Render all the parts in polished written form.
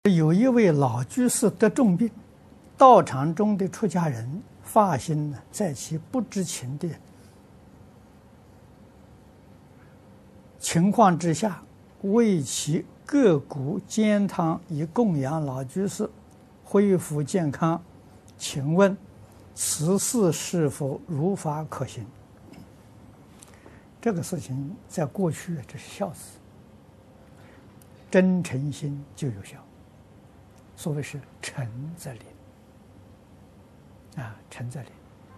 有一位老居士得重病，道场中的出家人发心在其不知情的情况之下，为其割骨煎汤，以供养老居士恢复健康。请问此事是否如法可行？这个事情在过去这是孝事，真诚心就有效。所谓是诚则灵啊，诚则灵。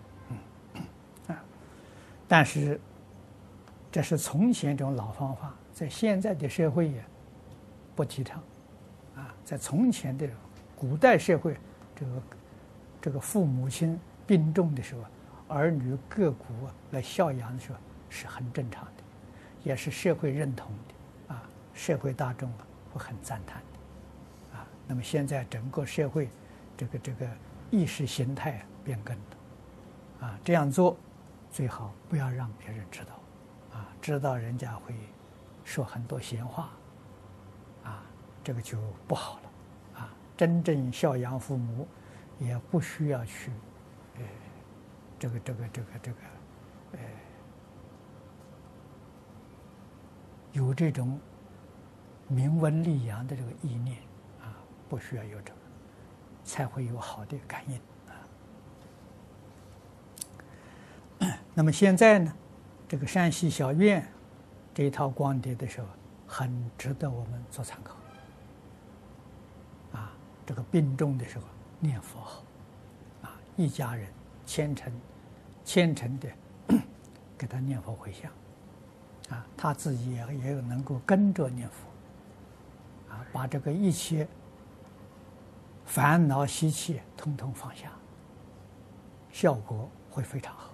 但是这是从前这种老方法，在现在的社会也不提倡啊。在从前的古代社会，这个父母亲病重的时候，儿女割骨来孝养的时候是很正常的，也是社会认同的啊，社会大众会很赞叹的啊。那么现在整个社会这个意识形态变更了啊，这样做最好不要让别人知道啊，知道人家会说很多闲话啊，这个就不好了啊。真正孝养父母也不需要去有这种明文立扬的这个意念啊，不需要有这个，才会有好的感应啊。那么现在呢，这个山西小院这一套光碟的时候，很值得我们做参考啊。这个病重的时候念佛好啊，一家人虔诚的给他念佛回向啊，他自己也有能够跟着念佛啊，把这个一切烦恼习气统统放下，效果会非常好。